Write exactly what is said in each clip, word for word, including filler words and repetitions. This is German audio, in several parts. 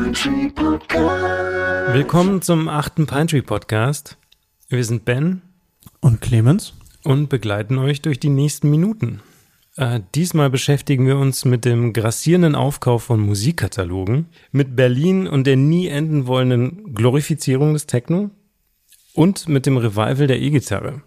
Pinetree Podcast. Willkommen zum achten Pinetree Podcast. Wir sind Ben und Clemens und begleiten euch durch die nächsten Minuten. Äh, diesmal beschäftigen wir uns mit dem grassierenden Aufkauf von Musikkatalogen, mit Berlin und der nie enden wollenden Glorifizierung des Techno und mit dem Revival der E-Gitarre.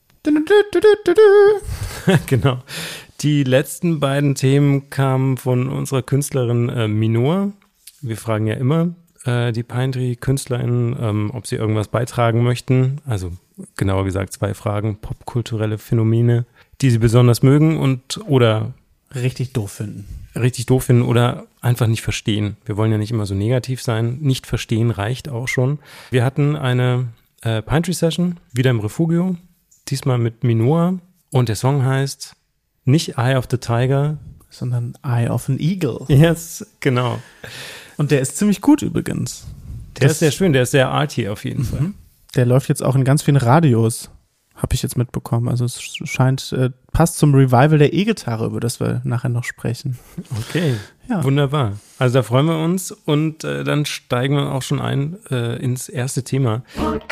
Genau. Die letzten beiden Themen kamen von unserer Künstlerin äh, Minor. Wir fragen ja immer äh, die Pinetree-KünstlerInnen, ähm, ob sie irgendwas beitragen möchten. Also genauer gesagt zwei Fragen, popkulturelle Phänomene, die sie besonders mögen und oder richtig doof finden. Richtig doof finden oder einfach nicht verstehen. Wir wollen ja nicht immer so negativ sein. Nicht verstehen reicht auch schon. Wir hatten eine äh, Pinetree-Session, wieder im Refugio, diesmal mit Minor und der Song heißt nicht Eye of the Tiger, sondern Eye of an Eagle. Yes, genau. Und der ist ziemlich gut übrigens. Der das ist sehr schön, der ist sehr arty auf jeden mhm. Fall. Der läuft jetzt auch in ganz vielen Radios, habe ich jetzt mitbekommen. Also es scheint, äh, passt zum Revival der E-Gitarre, über das wir nachher noch sprechen. Okay, ja. Wunderbar. Also da freuen wir uns und äh, dann steigen wir auch schon ein äh, ins erste Thema.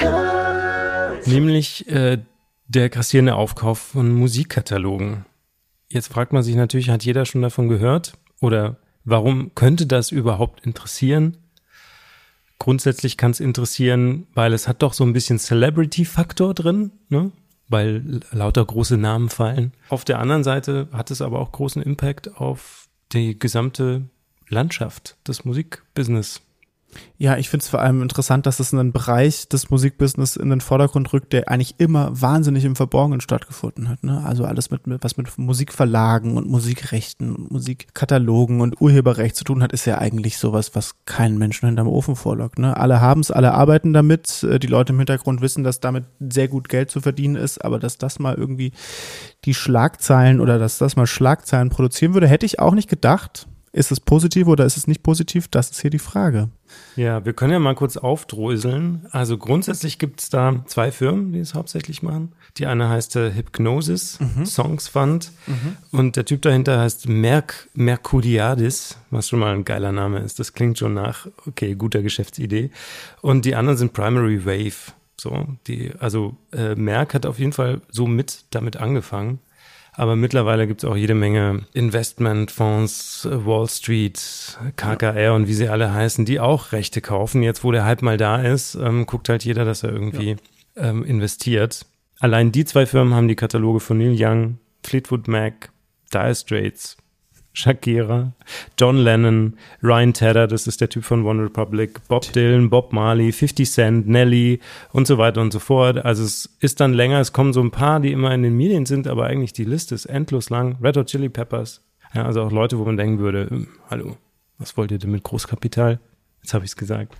Podcast. Nämlich äh, der grassierende Aufkauf von Musikkatalogen. Jetzt fragt man sich natürlich, hat jeder schon davon gehört? Oder warum könnte das überhaupt interessieren? Grundsätzlich kann es interessieren, weil es hat doch so ein bisschen Celebrity-Faktor drin, ne? Weil lauter große Namen fallen. Auf der anderen Seite hat es aber auch großen Impact auf die gesamte Landschaft des Musikbusiness. Ja, ich finde es vor allem interessant, dass es einen Bereich des Musikbusiness in den Vordergrund rückt, der eigentlich immer wahnsinnig im Verborgenen stattgefunden hat. Ne? Also alles, mit, mit was mit Musikverlagen und Musikrechten und Musikkatalogen und Urheberrecht zu tun hat, ist ja eigentlich sowas, was keinen Menschen hinterm Ofen vorlockt. Ne? Alle haben es, alle arbeiten damit. Die Leute im Hintergrund wissen, dass damit sehr gut Geld zu verdienen ist, aber dass das mal irgendwie die Schlagzeilen oder dass das mal Schlagzeilen produzieren würde, hätte ich auch nicht gedacht. Ist es positiv oder ist es nicht positiv? Das ist hier die Frage. Ja, wir können ja mal kurz aufdröseln. Also grundsätzlich gibt es da zwei Firmen, die es hauptsächlich machen. Die eine heißt äh, Hipgnosis, mhm. Songs Fund. Mhm. Und der Typ dahinter heißt Merc Mercuriadis, was schon mal ein geiler Name ist. Das klingt schon nach, okay, guter Geschäftsidee. Und die anderen sind Primary Wave. So, die, also äh, Merc hat auf jeden Fall so mit damit angefangen. Aber mittlerweile gibt es auch jede Menge Investmentfonds, Wall Street, K K R und wie sie alle heißen, die auch Rechte kaufen. Jetzt, wo der Hype mal da ist, ähm, guckt halt jeder, dass er irgendwie ja. ähm, investiert. Allein die zwei Firmen haben die Kataloge von Neil Young, Fleetwood Mac, Dire Straits, Shakira, John Lennon, Ryan Tedder, das ist der Typ von One Republic, Bob Dylan, Bob Marley, fifty Cent, Nelly und so weiter und so fort. Also es ist dann länger, es kommen so ein paar, die immer in den Medien sind, aber eigentlich die Liste ist endlos lang. Red Hot Chili Peppers, ja, also auch Leute, wo man denken würde, hm, hallo, was wollt ihr denn mit Großkapital? Jetzt habe ich es gesagt.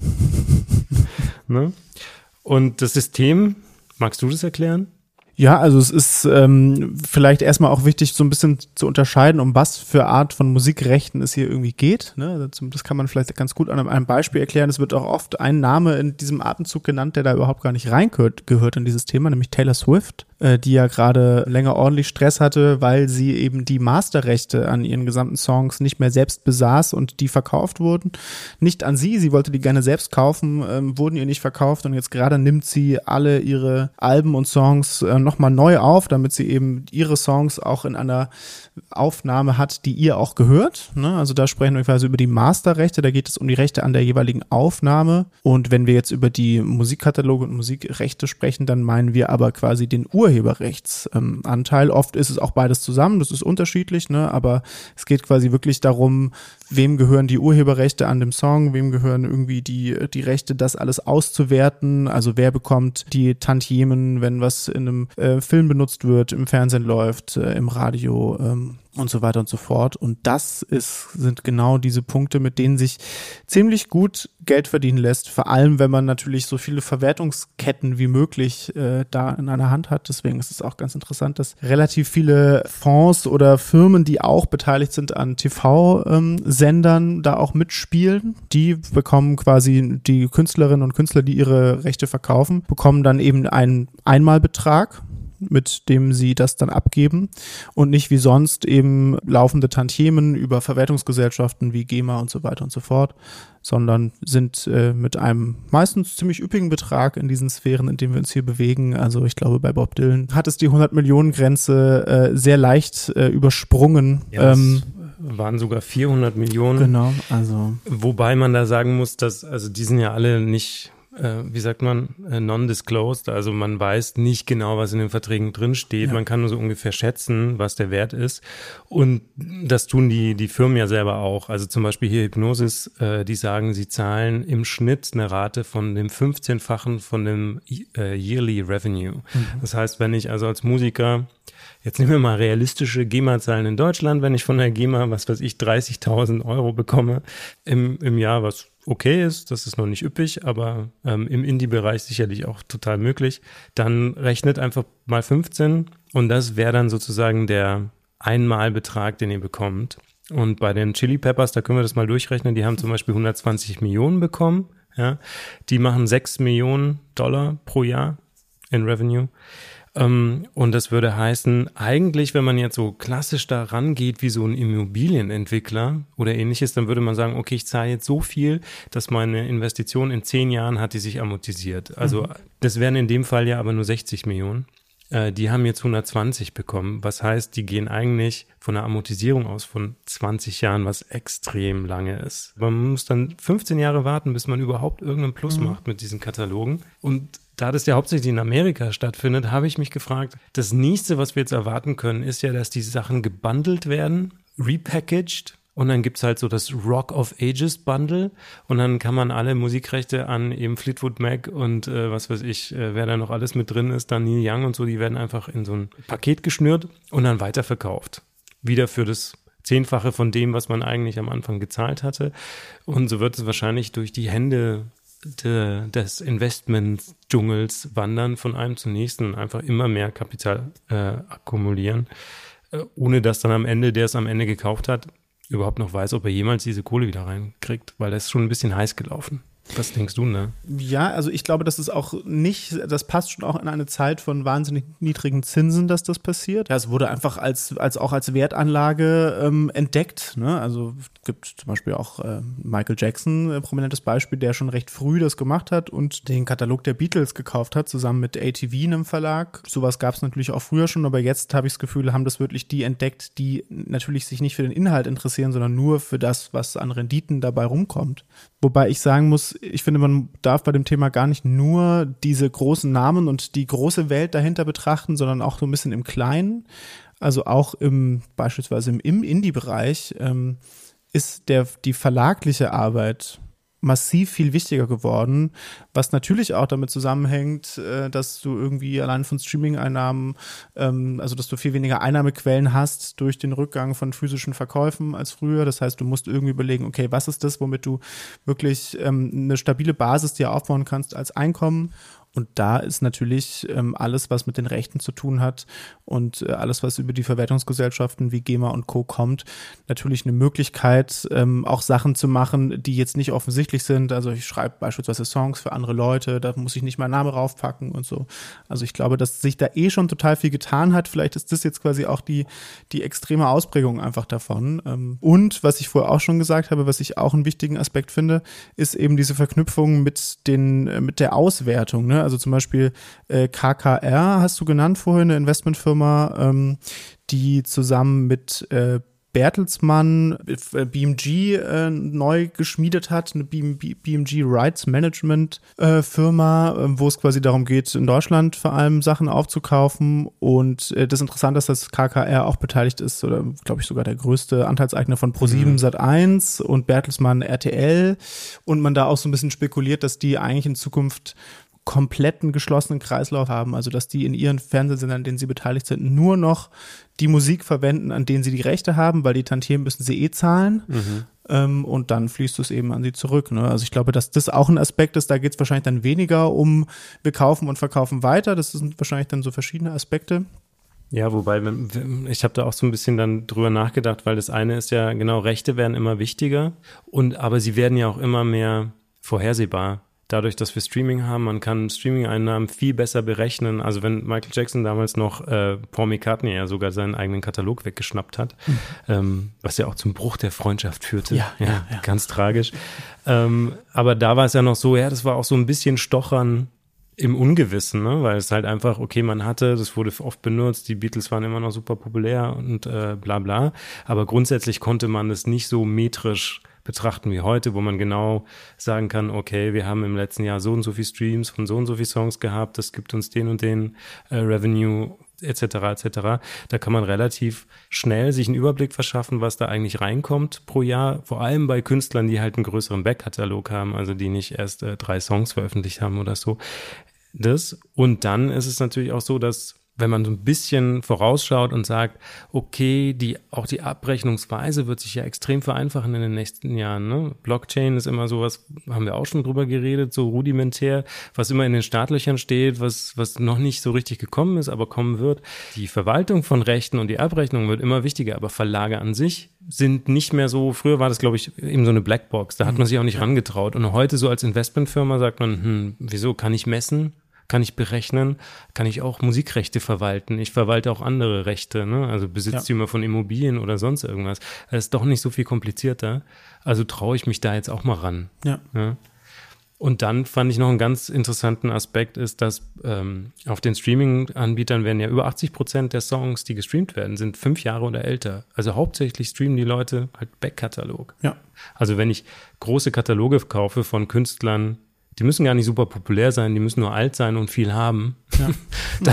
Ne? Und das System, magst du das erklären? Ja, also es ist ähm, vielleicht erstmal auch wichtig, so ein bisschen zu unterscheiden, um was für Art von Musikrechten es hier irgendwie geht. Ne? Das kann man vielleicht ganz gut an einem Beispiel erklären. Es wird auch oft ein Name in diesem Atemzug genannt, der da überhaupt gar nicht reingehört gehört in dieses Thema, nämlich Taylor Swift, äh, die ja gerade länger ordentlich Stress hatte, weil sie eben die Masterrechte an ihren gesamten Songs nicht mehr selbst besaß und die verkauft wurden. Nicht an sie, sie wollte die gerne selbst kaufen, ähm, wurden ihr nicht verkauft und jetzt gerade nimmt sie alle ihre Alben und Songs äh, nochmal neu auf, damit sie eben ihre Songs auch in einer Aufnahme hat, die ihr auch gehört. Ne? Also da sprechen wir quasi über die Masterrechte, da geht es um die Rechte an der jeweiligen Aufnahme. Und wenn wir jetzt über die Musikkataloge und Musikrechte sprechen, dann meinen wir aber quasi den Urheberrechtsanteil. Ähm, Oft ist es auch beides zusammen, das ist unterschiedlich, ne? Aber es geht quasi wirklich darum, wem gehören die Urheberrechte an dem Song, wem gehören irgendwie die, die Rechte, das alles auszuwerten. Also wer bekommt die Tantiemen, wenn was in einem äh, Film benutzt wird, im Fernsehen läuft, äh, im Radio ähm, und so weiter und so fort. Und das ist, sind genau diese Punkte, mit denen sich ziemlich gut Geld verdienen lässt. Vor allem, wenn man natürlich so viele Verwertungsketten wie möglich äh, da in einer Hand hat. Deswegen ist es auch ganz interessant, dass relativ viele Fonds oder Firmen, die auch beteiligt sind an T V-Sendern, ähm, da auch mitspielen. Die bekommen quasi, die Künstlerinnen und Künstler, die ihre Rechte verkaufen, bekommen dann eben einen Einmalbetrag. mit dem sie das dann abgeben und nicht wie sonst eben laufende Tantiemen über Verwertungsgesellschaften wie GEMA und so weiter und so fort, sondern sind äh, mit einem meistens ziemlich üppigen Betrag in diesen Sphären, in denen wir uns hier bewegen. Also ich glaube, bei Bob Dylan hat es die hundert-Millionen-Grenze äh, sehr leicht äh, übersprungen. Ja, ähm, waren sogar vierhundert Millionen. Genau, also. Wobei man da sagen muss, dass, also die sind ja alle nicht, äh, wie sagt man, äh, non-disclosed. Also man weiß nicht genau, was in den Verträgen drinsteht. Ja. Man kann nur so ungefähr schätzen, was der Wert ist. Und das tun die, die Firmen ja selber auch. Also zum Beispiel hier Hipgnosis, äh, die sagen, sie zahlen im Schnitt eine Rate von dem fünfzehnfachen von dem äh, Yearly Revenue. Mhm. Das heißt, wenn ich also als Musiker, jetzt nehmen wir mal realistische GEMA-Zahlen in Deutschland, wenn ich von der GEMA, was weiß ich, dreißigtausend Euro bekomme im, im Jahr, was okay ist, das ist noch nicht üppig, aber ähm, im Indie-Bereich sicherlich auch total möglich, dann rechnet einfach mal fünfzehn und das wäre dann sozusagen der Einmalbetrag, den ihr bekommt. Und bei den Chili Peppers, da können wir das mal durchrechnen, die haben zum Beispiel hundertzwanzig Millionen bekommen, ja, die machen sechs Millionen Dollar pro Jahr in Revenue. Und das würde heißen, eigentlich, wenn man jetzt so klassisch da rangeht wie so ein Immobilienentwickler oder ähnliches, dann würde man sagen, okay, ich zahle jetzt so viel, dass meine Investition in zehn Jahren hat die sich amortisiert. Also mhm. das wären in dem Fall ja aber nur sechzig Millionen. Äh, die haben jetzt hundertzwanzig bekommen. Was heißt, die gehen eigentlich von einer Amortisierung aus von zwanzig Jahren, was extrem lange ist. Man muss dann fünfzehn Jahre warten, bis man überhaupt irgendeinen Plus mhm. macht mit diesen Katalogen. Und da das ja hauptsächlich in Amerika stattfindet, habe ich mich gefragt, das nächste, was wir jetzt erwarten können, ist ja, dass die Sachen gebundelt werden, repackaged und dann gibt's halt so das Rock of Ages Bundle und dann kann man alle Musikrechte an eben Fleetwood Mac und äh, was weiß ich, äh, wer da noch alles mit drin ist, dann Neil Young und so, die werden einfach in so ein Paket geschnürt und dann weiterverkauft. Wieder für das Zehnfache von dem, was man eigentlich am Anfang gezahlt hatte. Und so wird es wahrscheinlich durch die Hände De, des Investment-Dschungels wandern von einem zum nächsten und einfach immer mehr Kapital äh, akkumulieren, äh, ohne dass dann am Ende, der es am Ende gekauft hat, überhaupt noch weiß, ob er jemals diese Kohle wieder reinkriegt, weil das ist schon ein bisschen heiß gelaufen. Was denkst du, ne? Ja, also ich glaube, das ist auch nicht, das passt schon auch in eine Zeit von wahnsinnig niedrigen Zinsen, dass das passiert. Ja, es wurde einfach als, als auch als Wertanlage ähm, entdeckt, ne? Also es gibt zum Beispiel auch äh, Michael Jackson, ein prominentes Beispiel, der schon recht früh das gemacht hat und den Katalog der Beatles gekauft hat, zusammen mit A T V, einem Verlag. Sowas gab es natürlich auch früher schon, aber jetzt habe ich das Gefühl, haben das wirklich die entdeckt, die natürlich sich nicht für den Inhalt interessieren, sondern nur für das, was an Renditen dabei rumkommt. Wobei ich sagen muss, ich finde, man darf bei dem Thema gar nicht nur diese großen Namen und die große Welt dahinter betrachten, sondern auch so ein bisschen im Kleinen. Also auch im, beispielsweise im, im Indie-Bereich ähm, ist der, die verlagliche Arbeit massiv viel wichtiger geworden, was natürlich auch damit zusammenhängt, äh, dass du irgendwie allein von Streaming-Einnahmen, ähm, also dass du viel weniger Einnahmequellen hast durch den Rückgang von physischen Verkäufen als früher. Das heißt, du musst irgendwie überlegen, okay, was ist das, womit du wirklich ähm, eine stabile Basis dir aufbauen kannst als Einkommen. Und da ist natürlich ähm, alles, was mit den Rechten zu tun hat und äh, alles, was über die Verwertungsgesellschaften wie GEMA und Co. kommt, natürlich eine Möglichkeit, ähm, auch Sachen zu machen, die jetzt nicht offensichtlich sind. Also ich schreibe beispielsweise Songs für andere Leute, da muss ich nicht meinen Namen raufpacken und so. Also ich glaube, dass sich da eh schon total viel getan hat. Vielleicht ist das jetzt quasi auch die, die extreme Ausprägung einfach davon. Ähm, und was ich vorher auch schon gesagt habe, was ich auch einen wichtigen Aspekt finde, ist eben diese Verknüpfung mit den, äh, mit der Auswertung, ne? Also zum Beispiel äh, K K R hast du genannt vorhin, eine Investmentfirma, ähm, die zusammen mit äh, Bertelsmann äh, B M G äh, neu geschmiedet hat, eine B M G Rights Management äh, Firma, äh, wo es quasi darum geht, in Deutschland vor allem Sachen aufzukaufen. Und äh, das Interessante ist, dass K K R auch beteiligt ist, oder glaube ich sogar der größte Anteilseigner von ProSieben mhm. Sat eins und Bertelsmann R T L. Und man da auch so ein bisschen spekuliert, dass die eigentlich in Zukunft kompletten geschlossenen Kreislauf haben, also dass die in ihren Fernsehsendern, an denen sie beteiligt sind, nur noch die Musik verwenden, an denen sie die Rechte haben, weil die Tantiemen müssen sie eh zahlen mhm. ähm, und dann fließt es eben an sie zurück. Ne? Also ich glaube, dass das auch ein Aspekt ist, da geht es wahrscheinlich dann weniger um wir kaufen und verkaufen weiter, das sind wahrscheinlich dann so verschiedene Aspekte. Ja, wobei, ich habe da auch so ein bisschen dann drüber nachgedacht, weil das eine ist ja, genau, Rechte werden immer wichtiger und aber sie werden ja auch immer mehr vorhersehbar. dadurch, dass wir Streaming haben. Man kann Streaming-Einnahmen viel besser berechnen. Also wenn Michael Jackson damals noch äh, Paul McCartney ja sogar seinen eigenen Katalog weggeschnappt hat, mhm. ähm, was ja auch zum Bruch der Freundschaft führte. Ja, ja, ja, ja. Ganz tragisch. ähm, aber da war es ja noch so, ja, das war auch so ein bisschen Stochern im Ungewissen, ne? Weil es halt einfach, okay, man hatte, das wurde oft benutzt, die Beatles waren immer noch super populär und äh, bla bla, aber grundsätzlich konnte man das nicht so metrisch betrachten wie heute, wo man genau sagen kann, okay, wir haben im letzten Jahr so und so viel Streams von so und so viel Songs gehabt, das gibt uns den und den äh, Revenue et cetera et cetera. Da kann man relativ schnell sich einen Überblick verschaffen, was da eigentlich reinkommt pro Jahr, vor allem bei Künstlern, die halt einen größeren Backkatalog haben, also die nicht erst äh, drei Songs veröffentlicht haben oder so. Das. Und dann ist es natürlich auch so, dass wenn man so ein bisschen vorausschaut und sagt, okay, die auch die Abrechnungsweise wird sich ja extrem vereinfachen in den nächsten Jahren. Ne? Blockchain ist immer sowas, haben wir auch schon drüber geredet, so rudimentär, was immer in den Startlöchern steht, was was noch nicht so richtig gekommen ist, aber kommen wird. Die Verwaltung von Rechten und die Abrechnung wird immer wichtiger, aber Verlage an sich sind nicht mehr so, früher war das, glaube ich, eben so eine Blackbox, da hat man sich auch nicht rangetraut. Und heute so als Investmentfirma sagt man, hm, wieso kann ich messen? Kann ich berechnen, kann ich auch Musikrechte verwalten. Ich verwalte auch andere Rechte, ne? Also Besitztümer ja. von Immobilien oder sonst irgendwas. Das ist doch nicht so viel komplizierter. Also traue ich mich da jetzt auch mal ran. Ja. ja? Und dann fand ich noch einen ganz interessanten Aspekt ist, dass ähm, auf den Streaming-Anbietern werden ja über achtzig Prozent der Songs, die gestreamt werden, sind fünf Jahre oder älter. Also hauptsächlich streamen die Leute halt Backkatalog. Ja. Also wenn ich große Kataloge kaufe von Künstlern, die müssen gar nicht super populär sein, die müssen nur alt sein und viel haben. Ja. dann,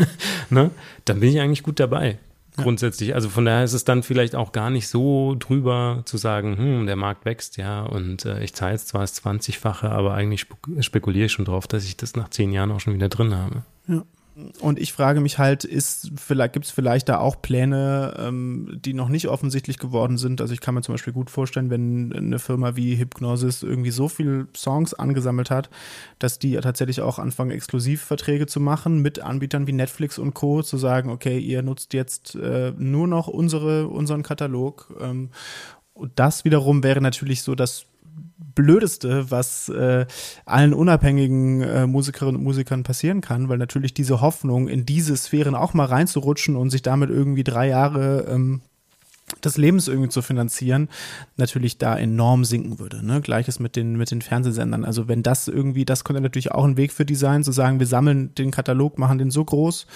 ne, dann bin ich eigentlich gut dabei, grundsätzlich. Ja. Also von daher ist es dann vielleicht auch gar nicht so drüber zu sagen, hm, der Markt wächst, ja, und äh, ich zahle jetzt zwar das zwanzigfache, aber eigentlich spek- spekuliere ich schon drauf, dass ich das nach zehn Jahren auch schon wieder drin habe. Ja. Und ich frage mich halt, ist vielleicht gibt es vielleicht da auch Pläne, ähm, die noch nicht offensichtlich geworden sind. Also ich kann mir zum Beispiel gut vorstellen, wenn eine Firma wie Hipgnosis irgendwie so viele Songs angesammelt hat, dass die ja tatsächlich auch anfangen, Exklusivverträge zu machen mit Anbietern wie Netflix und Co., zu sagen, okay, ihr nutzt jetzt äh, nur noch unsere unseren Katalog. Ähm, und das wiederum wäre natürlich so, dass Blödeste, was äh, allen unabhängigen äh, Musikerinnen und Musikern passieren kann, weil natürlich diese Hoffnung, in diese Sphären auch mal reinzurutschen und sich damit irgendwie drei Jahre ähm, des Lebens irgendwie zu finanzieren, natürlich da enorm sinken würde. Ne? Gleiches mit den, mit den Fernsehsendern. Also wenn das irgendwie, das könnte natürlich auch ein Weg für die sein, zu sagen, wir sammeln den Katalog, machen den so groß.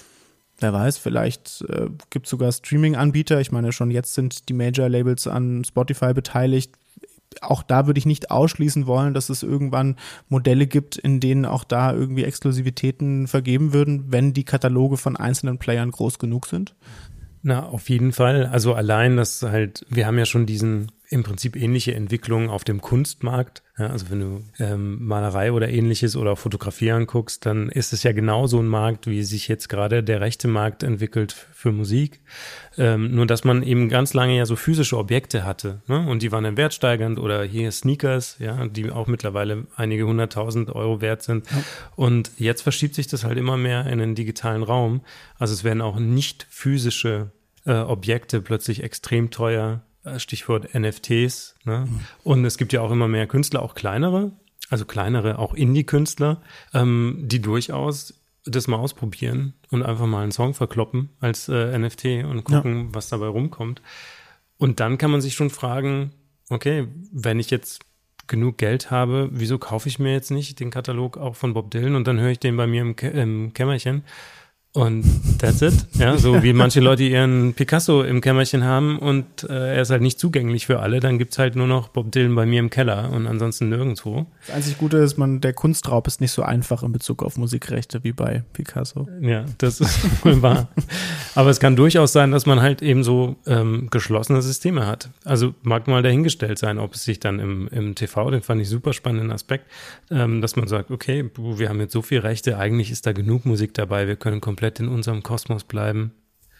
Wer weiß, vielleicht äh, gibt es sogar Streaming-Anbieter. Ich meine, schon jetzt sind die Major-Labels an Spotify beteiligt. Auch da würde ich nicht ausschließen wollen, dass es irgendwann Modelle gibt, in denen auch da irgendwie Exklusivitäten vergeben würden, wenn die Kataloge von einzelnen Playern groß genug sind. Na, auf jeden Fall. Also allein, dass halt, wir haben ja schon diesen im Prinzip ähnliche Entwicklungen auf dem Kunstmarkt. Ja, also wenn du ähm, Malerei oder ähnliches oder auch Fotografie anguckst, dann ist es ja genauso ein Markt, wie sich jetzt gerade der rechte Markt entwickelt für Musik. Ähm, nur, dass man eben ganz lange ja so physische Objekte hatte, ne? Und die waren dann wertsteigernd oder hier Sneakers, ja, die auch mittlerweile einige hunderttausend Euro wert sind. Ja. Und jetzt verschiebt sich das halt immer mehr in den digitalen Raum. Also es werden auch nicht physische äh, Objekte plötzlich extrem teuer. Stichwort N F Ts. Ne? Mhm. Und es gibt ja auch immer mehr Künstler, auch kleinere, also kleinere, auch Indie-Künstler, ähm, die durchaus das mal ausprobieren und einfach mal einen Song verkloppen als äh, N F T und gucken, ja. was dabei rumkommt. Und dann kann man sich schon fragen, okay, wenn ich jetzt genug Geld habe, wieso kaufe ich mir jetzt nicht den Katalog auch von Bob Dylan und dann höre ich den bei mir im, Kä- im Kämmerchen. Und that's it, ja, so wie manche Leute ihren Picasso im Kämmerchen haben und äh, er ist halt nicht zugänglich für alle, dann gibt's halt nur noch Bob Dylan bei mir im Keller und ansonsten nirgendwo. Das einzig Gute ist, man, der Kunstraub ist nicht so einfach in Bezug auf Musikrechte wie bei Picasso. Ja, das ist wohl wahr. Aber es kann durchaus sein, dass man halt eben so ähm, geschlossene Systeme hat. Also mag mal dahingestellt sein, ob es sich dann im, im T V, den fand ich super spannenden Aspekt, ähm, dass man sagt, okay, wir haben jetzt so viel Rechte, eigentlich ist da genug Musik dabei, wir können komplett in unserem Kosmos bleiben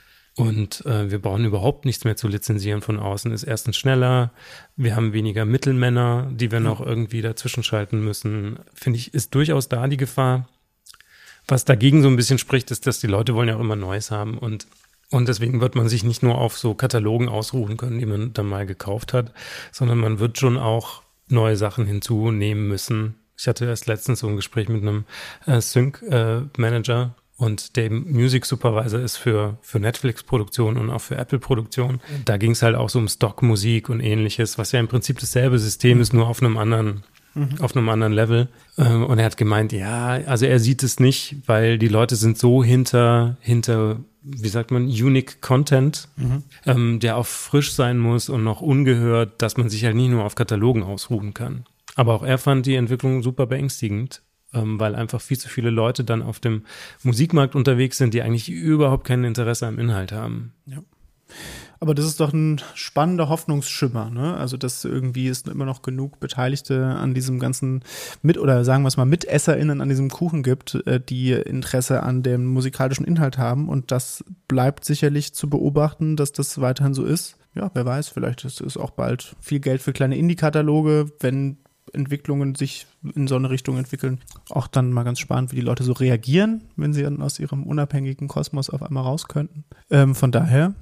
und äh, wir brauchen überhaupt nichts mehr zu lizenzieren von außen. Ist erstens schneller, wir haben weniger Mittelmänner, die wir noch irgendwie dazwischen schalten müssen. Finde ich, ist durchaus da die Gefahr. Was dagegen so ein bisschen spricht, ist, dass die Leute wollen ja auch immer Neues haben und und deswegen wird man sich nicht nur auf so Katalogen ausruhen können, die man dann mal gekauft hat, sondern man wird schon auch neue Sachen hinzunehmen müssen. Ich hatte erst letztens so ein Gespräch mit einem äh, Sync-Manager äh, und der Music Supervisor ist für, für Netflix-Produktion und auch für Apple-Produktion. Da ging es halt auch so um Stockmusik und ähnliches, was ja im Prinzip dasselbe System ist, nur auf einem anderen Mhm. auf einem anderen Level. Und er hat gemeint, ja, also er sieht es nicht, weil die Leute sind so hinter, hinter, wie sagt man, unique Content, mhm. ähm, der auch frisch sein muss und noch ungehört, dass man sich halt nicht nur auf Katalogen ausruhen kann. Aber auch er fand die Entwicklung super beängstigend, ähm, weil einfach viel zu viele Leute dann auf dem Musikmarkt unterwegs sind, die eigentlich überhaupt kein Interesse am Inhalt haben. Ja. Aber das ist doch ein spannender Hoffnungsschimmer, ne? Also, dass irgendwie es immer noch genug Beteiligte an diesem ganzen Mit- oder sagen wir es mal MitesserInnen an diesem Kuchen gibt, die Interesse an dem musikalischen Inhalt haben. Und das bleibt sicherlich zu beobachten, dass das weiterhin so ist. Ja, wer weiß, vielleicht ist es auch bald viel Geld für kleine Indie-Kataloge, wenn Entwicklungen sich in so eine Richtung entwickeln. Auch dann mal ganz spannend, wie die Leute so reagieren, wenn sie dann aus ihrem unabhängigen Kosmos auf einmal raus könnten. Ähm, von daher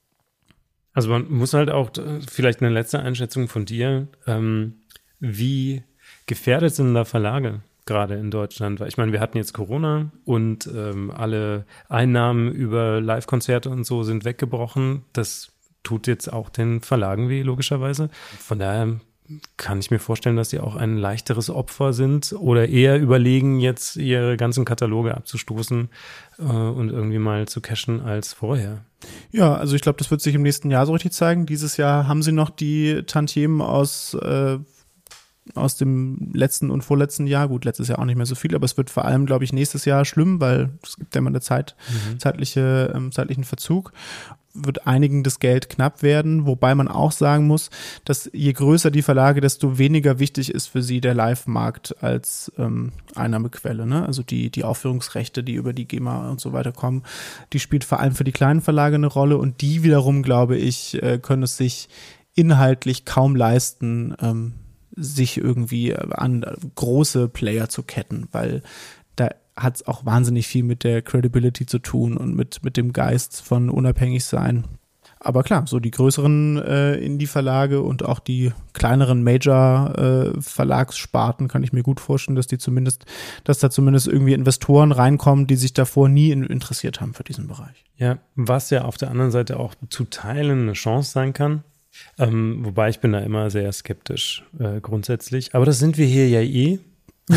Also man muss halt auch, vielleicht eine letzte Einschätzung von dir, ähm, wie gefährdet sind da Verlage gerade in Deutschland? Weil ich meine, wir hatten jetzt Corona und ähm, alle Einnahmen über Live-Konzerte und so sind weggebrochen. Das tut jetzt auch den Verlagen weh, logischerweise. Von daher kann ich mir vorstellen, dass sie auch ein leichteres Opfer sind oder eher überlegen, jetzt ihre ganzen Kataloge abzustoßen äh, und irgendwie mal zu cashen als vorher. Ja, also ich glaube, das wird sich im nächsten Jahr so richtig zeigen. Dieses Jahr haben sie noch die Tantiemen aus äh, aus dem letzten und vorletzten Jahr. Gut, letztes Jahr auch nicht mehr so viel, aber es wird vor allem, glaube ich, nächstes Jahr schlimm, weil es gibt ja immer eine Zeit, mhm. zeitliche, ähm, zeitlichen Verzug. Wird einigen das Geld knapp werden, wobei man auch sagen muss, dass je größer die Verlage, desto weniger wichtig ist für sie der Live-Markt als ähm, Einnahmequelle. Ne? Also die die Aufführungsrechte, die über die GEMA und so weiter kommen, die spielt vor allem für die kleinen Verlage eine Rolle und die wiederum, glaube ich, äh, können es sich inhaltlich kaum leisten, ähm, sich irgendwie an große Player zu ketten, weil da hat es auch wahnsinnig viel mit der Credibility zu tun und mit, mit dem Geist von unabhängig sein. Aber klar, so die größeren äh, Indie-Verlage und auch die kleineren Major-Verlagssparten äh, kann ich mir gut vorstellen, dass die zumindest, dass da zumindest irgendwie Investoren reinkommen, die sich davor nie in, interessiert haben für diesen Bereich. Ja, was ja auf der anderen Seite auch zu Teilen eine Chance sein kann. Ähm, wobei ich bin da immer sehr skeptisch äh, grundsätzlich. Aber das sind wir hier ja eh. Ja.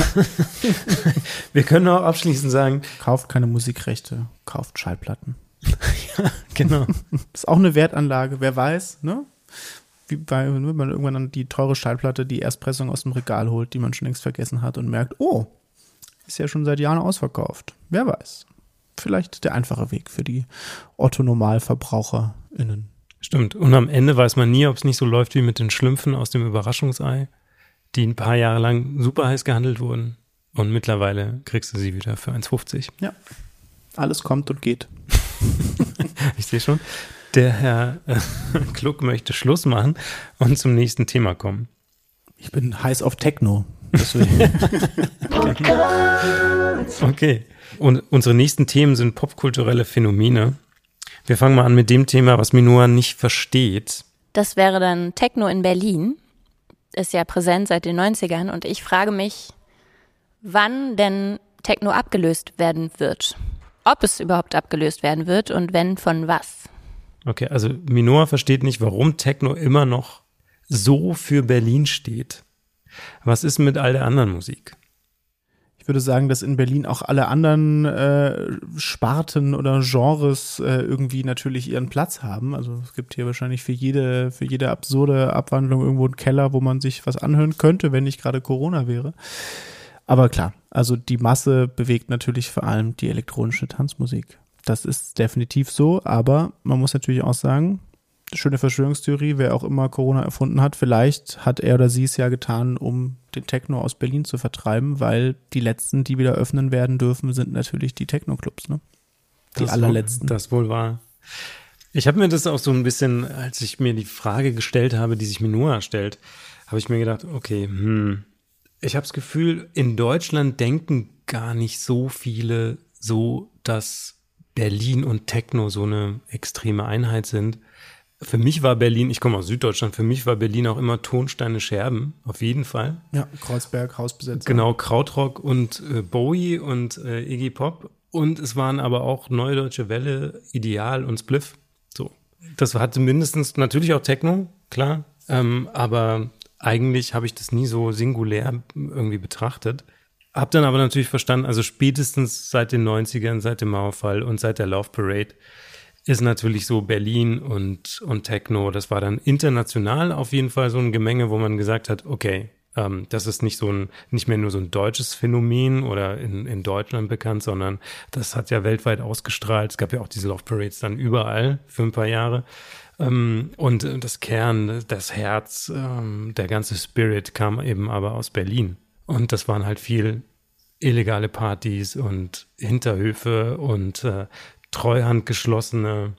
Wir können auch abschließend sagen, kauft keine Musikrechte, kauft Schallplatten. Ja, genau. Das ist auch eine Wertanlage, wer weiß, ne? Wie bei, wenn man irgendwann dann die teure Schallplatte, die Erstpressung aus dem Regal holt, die man schon längst vergessen hat und merkt, oh, ist ja schon seit Jahren ausverkauft. Wer weiß. Vielleicht der einfache Weg für die Otto-NormalverbraucherInnen. Stimmt. Und am Ende weiß man nie, ob es nicht so läuft wie mit den Schlümpfen aus dem Überraschungsei, die ein paar Jahre lang super heiß gehandelt wurden. Und mittlerweile kriegst du sie wieder für eins fünfzig. Ja, alles kommt und geht. Ich sehe schon, der Herr äh, Kluck möchte Schluss machen und zum nächsten Thema kommen. Ich bin heiß auf Techno. Deswegen. Okay. Und unsere nächsten Themen sind popkulturelle Phänomene. Wir fangen mal an mit dem Thema, was Minua nicht versteht. Das wäre dann Techno in Berlin. Ist ja präsent seit den neunzigern und ich frage mich, wann denn Techno abgelöst werden wird. Ob es überhaupt abgelöst werden wird und wenn, von was. Okay, also Minua versteht nicht, warum Techno immer noch so für Berlin steht. Was ist mit all der anderen Musik? Ich würde sagen, dass in Berlin auch alle anderen äh, Sparten oder Genres äh, irgendwie natürlich ihren Platz haben. Also es gibt hier wahrscheinlich für jede, für jede absurde Abwandlung irgendwo einen Keller, wo man sich was anhören könnte, wenn nicht gerade Corona wäre. Aber klar, also die Masse bewegt natürlich vor allem die elektronische Tanzmusik. Das ist definitiv so, aber man muss natürlich auch sagen, schöne Verschwörungstheorie, wer auch immer Corona erfunden hat, vielleicht hat er oder sie es ja getan, um den Techno aus Berlin zu vertreiben, weil die letzten, die wieder öffnen werden dürfen, sind natürlich die Techno-Clubs, ne? Die das allerletzten. Wohl, das wohl war. Ich habe mir das auch so ein bisschen, als ich mir die Frage gestellt habe, die sich Minua stellt, habe ich mir gedacht, okay, hm, ich habe das Gefühl, in Deutschland denken gar nicht so viele so, dass Berlin und Techno so eine extreme Einheit sind. Für mich war Berlin, ich komme aus Süddeutschland, für mich war Berlin auch immer Tonsteine Scherben, auf jeden Fall. Ja, Kreuzberg, Hausbesetzer. Genau, Krautrock und äh, Bowie und äh, Iggy Pop. Und es waren aber auch Neue Deutsche Welle, Ideal und Spliff. So. Das hatte mindestens natürlich auch Techno, klar. Ähm, aber eigentlich habe ich das nie so singulär irgendwie betrachtet. Hab dann aber natürlich verstanden, also spätestens seit den neunzigern, seit dem Mauerfall und seit der Love Parade ist natürlich so Berlin und, und Techno, das war dann international auf jeden Fall so ein Gemenge, wo man gesagt hat, okay, ähm, das ist nicht so ein, nicht mehr nur so ein deutsches Phänomen oder in, in Deutschland bekannt, sondern das hat ja weltweit ausgestrahlt. Es gab ja auch diese Love Parades dann überall für ein paar Jahre. Ähm, und das Kern, das Herz, ähm, der ganze Spirit kam eben aber aus Berlin. Und das waren halt viel illegale Partys und Hinterhöfe und äh, treuhandgeschlossene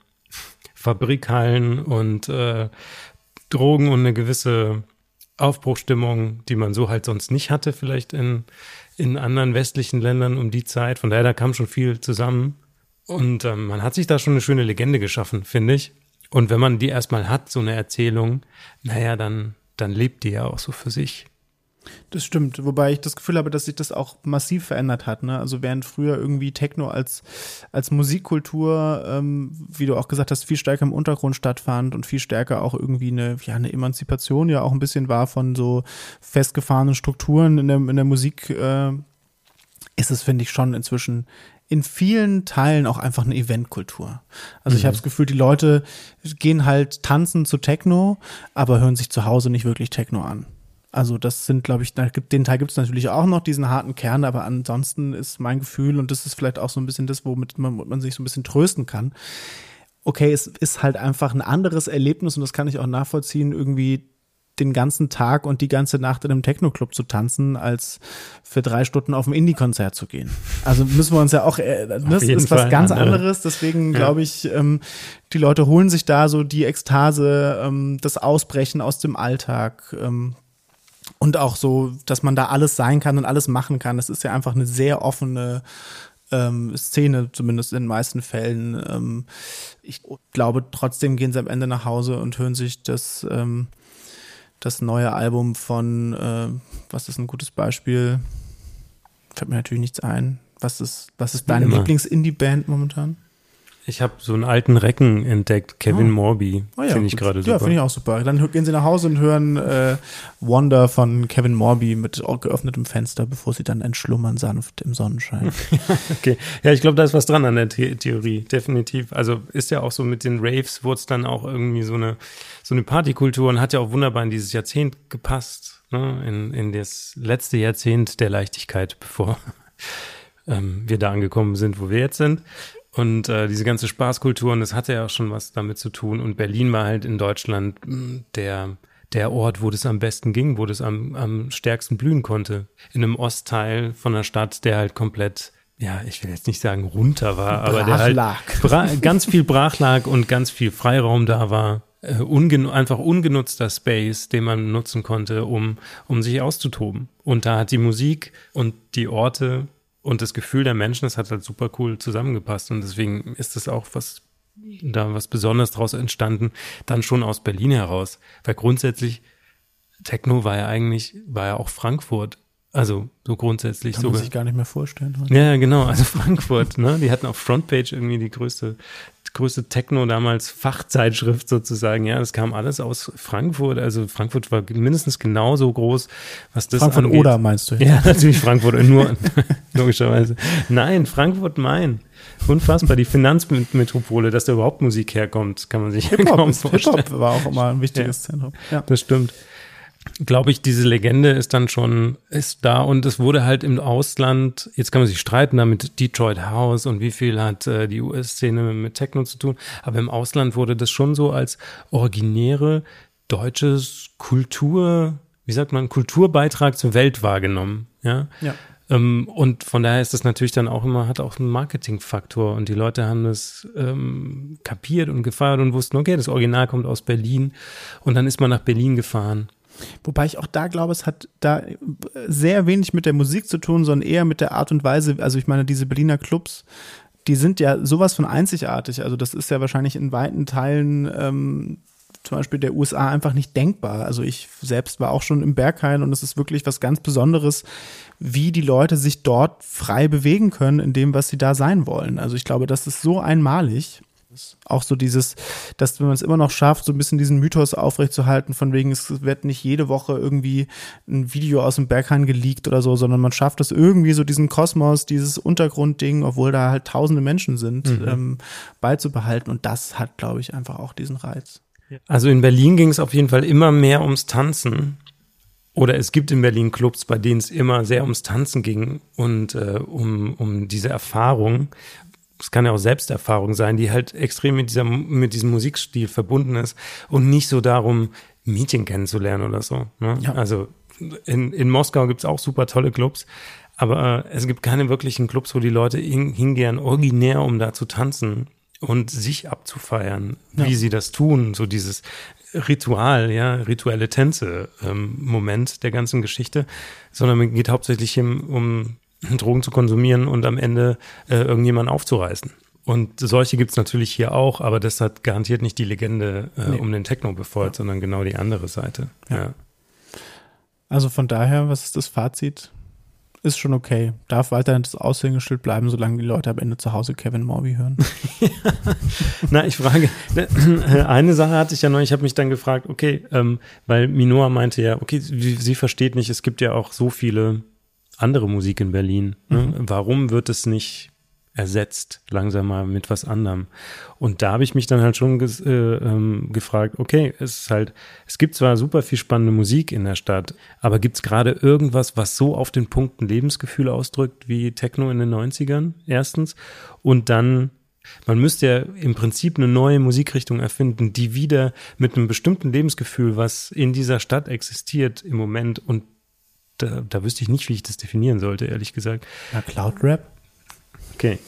Fabrikhallen und äh, Drogen und eine gewisse Aufbruchstimmung, die man so halt sonst nicht hatte, vielleicht in, in anderen westlichen Ländern um die Zeit. Von daher, da kam schon viel zusammen. Und ähm, man hat sich da schon eine schöne Legende geschaffen, finde ich. Und wenn man die erstmal hat, so eine Erzählung, naja, dann, dann lebt die ja auch so für sich. Das stimmt, wobei ich das Gefühl habe, dass sich das auch massiv verändert hat. Ne? Also während früher irgendwie Techno als, als Musikkultur, ähm, wie du auch gesagt hast, viel stärker im Untergrund stattfand und viel stärker auch irgendwie eine, ja, eine Emanzipation ja auch ein bisschen war von so festgefahrenen Strukturen in der, in der Musik, äh, ist es, finde ich, schon inzwischen in vielen Teilen auch einfach eine Eventkultur. Also mhm. ich habe das Gefühl, die Leute gehen halt tanzen zu Techno, aber hören sich zu Hause nicht wirklich Techno an. Also das sind, glaube ich, den Teil gibt es natürlich auch noch, diesen harten Kern, aber ansonsten ist mein Gefühl, und das ist vielleicht auch so ein bisschen das, womit man, womit man sich so ein bisschen trösten kann. Okay, es ist halt einfach ein anderes Erlebnis und das kann ich auch nachvollziehen, irgendwie den ganzen Tag und die ganze Nacht in einem Techno-Club zu tanzen, als für drei Stunden auf ein Indie-Konzert zu gehen. Also müssen wir uns ja auch, äh, das ist was ganz andere. anderes, deswegen ja. glaube ich, ähm, die Leute holen sich da so die Ekstase, ähm, das Ausbrechen aus dem Alltag, ähm, und auch so, dass man da alles sein kann und alles machen kann. Das ist ja einfach eine sehr offene ähm, Szene, zumindest in den meisten Fällen. Ähm, ich glaube, trotzdem gehen sie am Ende nach Hause und hören sich das, ähm, das neue Album von, äh, was ist ein gutes Beispiel? Fällt mir natürlich nichts ein. Was ist, was ist deine Lieblings-Indie-Band momentan? Ich habe so einen alten Recken entdeckt, Kevin oh. Morby, oh ja, finde ich gerade super. Ja, finde ich auch super. Dann gehen sie nach Hause und hören äh, Wonder von Kevin Morby mit geöffnetem Fenster, bevor sie dann entschlummern sanft im Sonnenschein. Okay, ja, ich glaube, da ist was dran an der The- Theorie, definitiv. Also ist ja auch so mit den Raves, wurde es dann auch irgendwie so eine so eine Partykultur und hat ja auch wunderbar in dieses Jahrzehnt gepasst, ne? in, in das letzte Jahrzehnt der Leichtigkeit, bevor ähm, wir da angekommen sind, wo wir jetzt sind. Und äh, diese ganze Spaßkultur, und das hatte ja auch schon was damit zu tun. Und Berlin war halt in Deutschland mh, der der Ort, wo das am besten ging, wo das am, am stärksten blühen konnte. In einem Ostteil von der Stadt, der halt komplett, ja, ich will jetzt nicht sagen runter war, aber der halt bra- ganz viel brach lag und ganz viel Freiraum da war. Äh, ungen- einfach ungenutzter Space, den man nutzen konnte, um, um sich auszutoben. Und da hat die Musik und die Orte und das Gefühl der Menschen, das hat halt super cool zusammengepasst und deswegen ist das auch was, da was Besonderes draus entstanden, dann schon aus Berlin heraus, weil grundsätzlich Techno war ja eigentlich, war ja auch Frankfurt, also so grundsätzlich. Kann man sogar sich gar nicht mehr vorstellen. Heute. Ja, genau, also Frankfurt, ne, die hatten auf Frontpage irgendwie die größte größte Techno damals Fachzeitschrift sozusagen, ja, das kam alles aus Frankfurt, also Frankfurt war mindestens genauso groß, was das Frankfurt angeht. oder meinst du? Ja, natürlich Frankfurt, nur logischerweise. Nein, Frankfurt-Main. Unfassbar, die Finanzmetropole, dass da überhaupt Musik herkommt, kann man sich Hip-Hop, kaum vorstellen. Hip-Hop war auch immer ein wichtiges ja, Zentrum. Ja, das stimmt. Glaube ich, diese Legende ist dann schon, ist da und es wurde halt im Ausland, jetzt kann man sich streiten da mit Detroit House und wie viel hat äh, die U S-Szene mit Techno zu tun, aber im Ausland wurde das schon so als originäre deutsches Kultur, wie sagt man, Kulturbeitrag zur Welt wahrgenommen, ja. Ja. Ähm, und von daher ist das natürlich dann auch immer, hat auch einen Marketingfaktor und die Leute haben das ähm, kapiert und gefeiert und wussten, okay, das Original kommt aus Berlin und dann ist man nach Berlin gefahren. Wobei ich auch da glaube, es hat da sehr wenig mit der Musik zu tun, sondern eher mit der Art und Weise, also ich meine, diese Berliner Clubs, die sind ja sowas von einzigartig, also das ist ja wahrscheinlich in weiten Teilen ähm, zum Beispiel der U S A einfach nicht denkbar. Also ich selbst war auch schon im Berghain und es ist wirklich was ganz Besonderes, wie die Leute sich dort frei bewegen können in dem, was sie da sein wollen. Also ich glaube, das ist so einmalig. Auch so dieses, dass wenn man es immer noch schafft, so ein bisschen diesen Mythos aufrechtzuerhalten, von wegen, es wird nicht jede Woche irgendwie ein Video aus dem Berghain geleakt oder so, sondern man schafft es irgendwie so diesen Kosmos, dieses Untergrundding, obwohl da halt tausende Menschen sind, mhm. ähm, beizubehalten. Und das hat, glaube ich, einfach auch diesen Reiz. Also in Berlin ging es auf jeden Fall immer mehr ums Tanzen. Oder es gibt in Berlin Clubs, bei denen es immer sehr ums Tanzen ging und äh, um, um diese Erfahrung. Es kann ja auch Selbsterfahrung sein, die halt extrem mit dieser, mit diesem Musikstil verbunden ist und nicht so darum, Mädchen kennenzulernen oder so. Ne? Ja. Also in, in Moskau gibt's auch super tolle Clubs, aber äh, es gibt keine wirklichen Clubs, wo die Leute hin, hingehen, originär, um da zu tanzen und sich abzufeiern, ja. wie sie das tun, so dieses Ritual, ja, rituelle Tänze ähm, Moment der ganzen Geschichte, sondern es geht hauptsächlich hin, um Drogen zu konsumieren und am Ende äh, irgendjemanden aufzureißen. Und solche gibt's natürlich hier auch, aber das hat garantiert nicht die Legende äh, nee. um den Techno befeuert, ja. sondern genau die andere Seite. Ja. Ja. Also von daher, was ist das Fazit? Ist schon okay. Darf weiterhin das Aushängeschild bleiben, solange die Leute am Ende zu Hause Kevin Morby hören. Ja. Na, ich frage, eine Sache hatte ich ja noch, ich habe mich dann gefragt, okay, ähm, weil Minoa meinte ja, okay, sie, sie versteht nicht, es gibt ja auch so viele andere Musik in Berlin. Ne? Mhm. Warum wird es nicht ersetzt, langsam mal mit was anderem? Und da habe ich mich dann halt schon ges- äh, ähm, gefragt, okay, es ist halt, es gibt zwar super viel spannende Musik in der Stadt, aber gibt es gerade irgendwas, was so auf den Punkt ein Lebensgefühl ausdrückt wie Techno in den neunzigern, erstens. Und dann, man müsste ja im Prinzip eine neue Musikrichtung erfinden, die wieder mit einem bestimmten Lebensgefühl, was in dieser Stadt existiert im Moment, und Da, da wüsste ich nicht, wie ich das definieren sollte, ehrlich gesagt. Na, Cloud-Rap? Okay.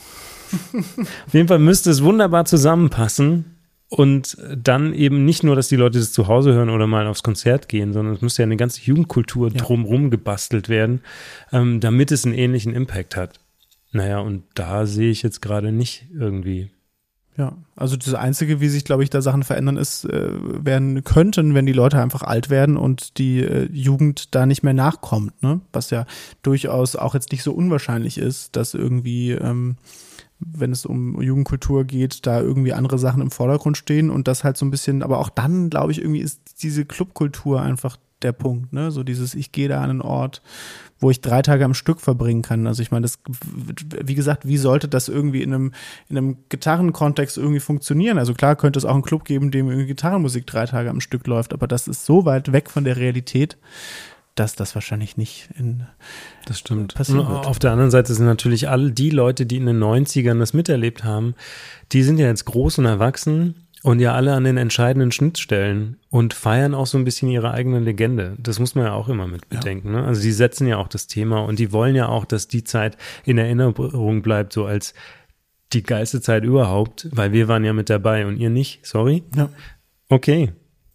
Auf jeden Fall müsste es wunderbar zusammenpassen und dann eben nicht nur, dass die Leute das zu Hause hören oder mal aufs Konzert gehen, sondern es müsste ja eine ganze Jugendkultur ja. drumherum gebastelt werden, ähm, damit es einen ähnlichen Impact hat. Naja, und da sehe ich jetzt gerade nicht irgendwie. Ja, also das Einzige, wie sich, glaube ich, da Sachen verändern, ist, äh, werden könnten, wenn die Leute einfach alt werden und die äh, Jugend da nicht mehr nachkommt, ne? Was ja durchaus auch jetzt nicht so unwahrscheinlich ist, dass irgendwie, ähm, wenn es um Jugendkultur geht, da irgendwie andere Sachen im Vordergrund stehen und das halt so ein bisschen, aber auch dann, glaube ich, irgendwie ist diese Clubkultur einfach der Punkt, ne? So dieses, ich gehe da an einen Ort, wo ich drei Tage am Stück verbringen kann. Also ich meine, das, wie gesagt, wie sollte das irgendwie in einem, in einem Gitarrenkontext irgendwie funktionieren? Also klar könnte es auch einen Club geben, in dem irgendwie Gitarrenmusik drei Tage am Stück läuft, aber das ist so weit weg von der Realität, dass das wahrscheinlich nicht in das stimmt. passieren wird. Auf der anderen Seite sind natürlich all die Leute, die in den neunzigern das miterlebt haben, die sind ja jetzt groß und erwachsen und ja alle an den entscheidenden Schnittstellen und feiern auch so ein bisschen ihre eigene Legende. Das muss man ja auch immer mit bedenken. Ja. Ne? Also die setzen ja auch das Thema und die wollen ja auch, dass die Zeit in Erinnerung bleibt, so als die geilste Zeit überhaupt, weil wir waren ja mit dabei und ihr nicht. Sorry? Ja. Okay.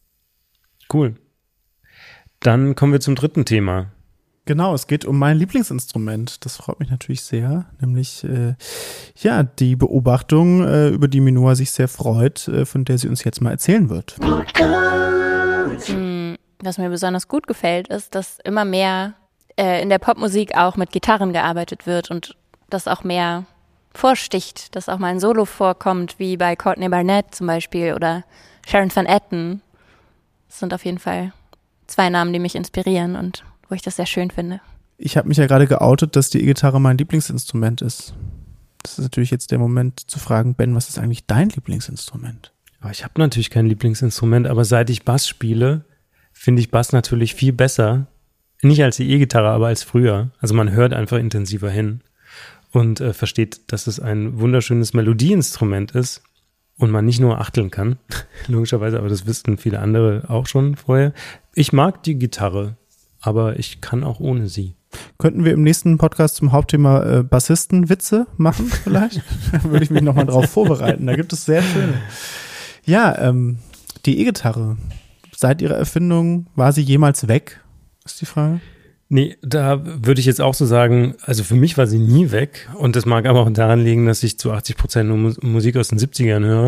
Cool. Dann kommen wir zum dritten Thema. Genau, es geht um mein Lieblingsinstrument. Das freut mich natürlich sehr, nämlich äh, ja die Beobachtung, äh, über die Minoa sich sehr freut, äh, von der sie uns jetzt mal erzählen wird. Was mir besonders gut gefällt, ist, dass immer mehr äh, in der Popmusik auch mit Gitarren gearbeitet wird und das auch mehr vorsticht, dass auch mal ein Solo vorkommt, wie bei Courtney Barnett zum Beispiel oder Sharon Van Etten. Das sind auf jeden Fall zwei Namen, die mich inspirieren und wo ich das sehr schön finde. Ich habe mich ja gerade geoutet, dass die E-Gitarre mein Lieblingsinstrument ist. Das ist natürlich jetzt der Moment zu fragen, Ben, was ist eigentlich dein Lieblingsinstrument? Aber ich habe natürlich kein Lieblingsinstrument, aber seit ich Bass spiele, finde ich Bass natürlich viel besser. Nicht als die E-Gitarre, aber als früher. Also man hört einfach intensiver hin und äh, versteht, dass es ein wunderschönes Melodieinstrument ist und man nicht nur achteln kann, logischerweise, aber das wussten viele andere auch schon vorher. Ich mag die Gitarre, aber ich kann auch ohne sie. Könnten wir im nächsten Podcast zum Hauptthema äh, Bassistenwitze machen vielleicht? Da würde ich mich nochmal drauf vorbereiten. Da gibt es sehr schöne. Ja, ähm, die E-Gitarre. Seit ihrer Erfindung war sie jemals weg, ist die Frage. Nee, da würde ich jetzt auch so sagen, also für mich war sie nie weg und das mag aber auch daran liegen, dass ich zu achtzig Prozent nur Musik aus den siebzigern höre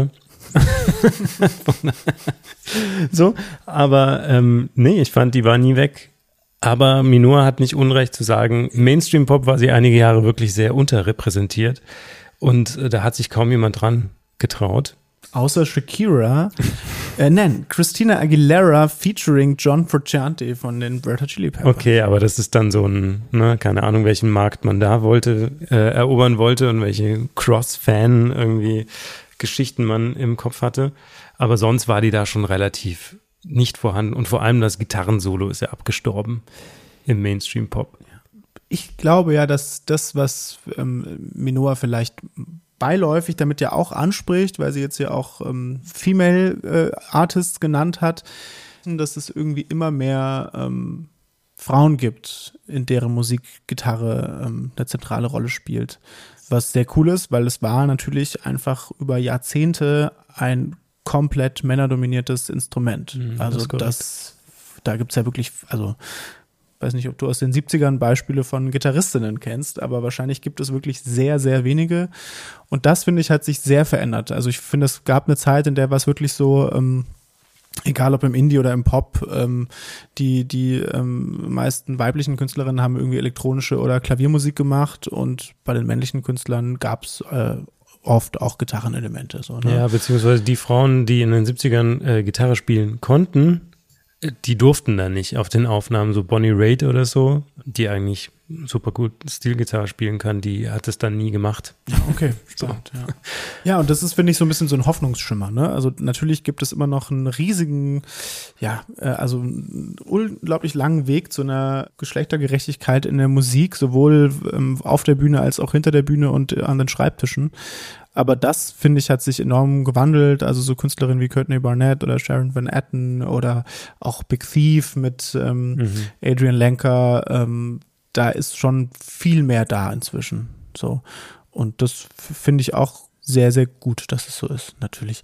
So, aber ähm, nee, ich fand, die war nie weg. Aber Minoa hat nicht Unrecht zu sagen, im Mainstream-Pop war sie einige Jahre wirklich sehr unterrepräsentiert und äh, da hat sich kaum jemand dran getraut. Außer Shakira, äh, nein, Christina Aguilera featuring John Frusciante von den Red Hot Chili Peppers. Okay, aber das ist dann so ein, ne, keine Ahnung, welchen Markt man da wollte, äh, erobern wollte und welche Cross-Fan irgendwie Geschichten man im Kopf hatte. Aber sonst war die da schon relativ nicht vorhanden und vor allem das Gitarrensolo ist ja abgestorben im Mainstream-Pop. Ich glaube ja, dass das, was ähm, Minoa vielleicht beiläufig damit ja auch anspricht, weil sie jetzt ja auch ähm, Female äh, Artists genannt hat, dass es irgendwie immer mehr ähm, Frauen gibt, in deren Musik Gitarre ähm, eine zentrale Rolle spielt. Was sehr cool ist, weil es war natürlich einfach über Jahrzehnte ein komplett männerdominiertes Instrument. Mhm, also das, das da gibt's ja wirklich, also weiß nicht, ob du aus den siebzigern Beispiele von Gitarristinnen kennst, aber wahrscheinlich gibt es wirklich sehr, sehr wenige. Und das, finde ich, hat sich sehr verändert. Also ich finde, es gab eine Zeit, in der war es wirklich so, ähm, egal ob im Indie oder im Pop, ähm, die die ähm, meisten weiblichen Künstlerinnen haben irgendwie elektronische oder Klaviermusik gemacht und bei den männlichen Künstlern gab es äh, oft auch Gitarrenelemente. So, ne? Ja, beziehungsweise die Frauen, die in den siebzigern äh, Gitarre spielen konnten, die durften da nicht auf den Aufnahmen, so Bonnie Raitt oder so, die eigentlich super gut Stilgitarre spielen kann, die hat es dann nie gemacht. Ja, okay, spannend, so. ja. Ja, und das ist, finde ich, so ein bisschen so ein Hoffnungsschimmer, ne? Also natürlich gibt es immer noch einen riesigen, ja, also einen unglaublich langen Weg zu einer Geschlechtergerechtigkeit in der Musik, sowohl ähm, auf der Bühne als auch hinter der Bühne und an den Schreibtischen. Aber das, finde ich, hat sich enorm gewandelt. Also so Künstlerinnen wie Courtney Barnett oder Sharon Van Etten oder auch Big Thief mit ähm, mhm. Adrian Lenker. Ähm, da ist schon viel mehr da inzwischen. So. Und das finde ich auch sehr, sehr gut, dass es so ist, natürlich.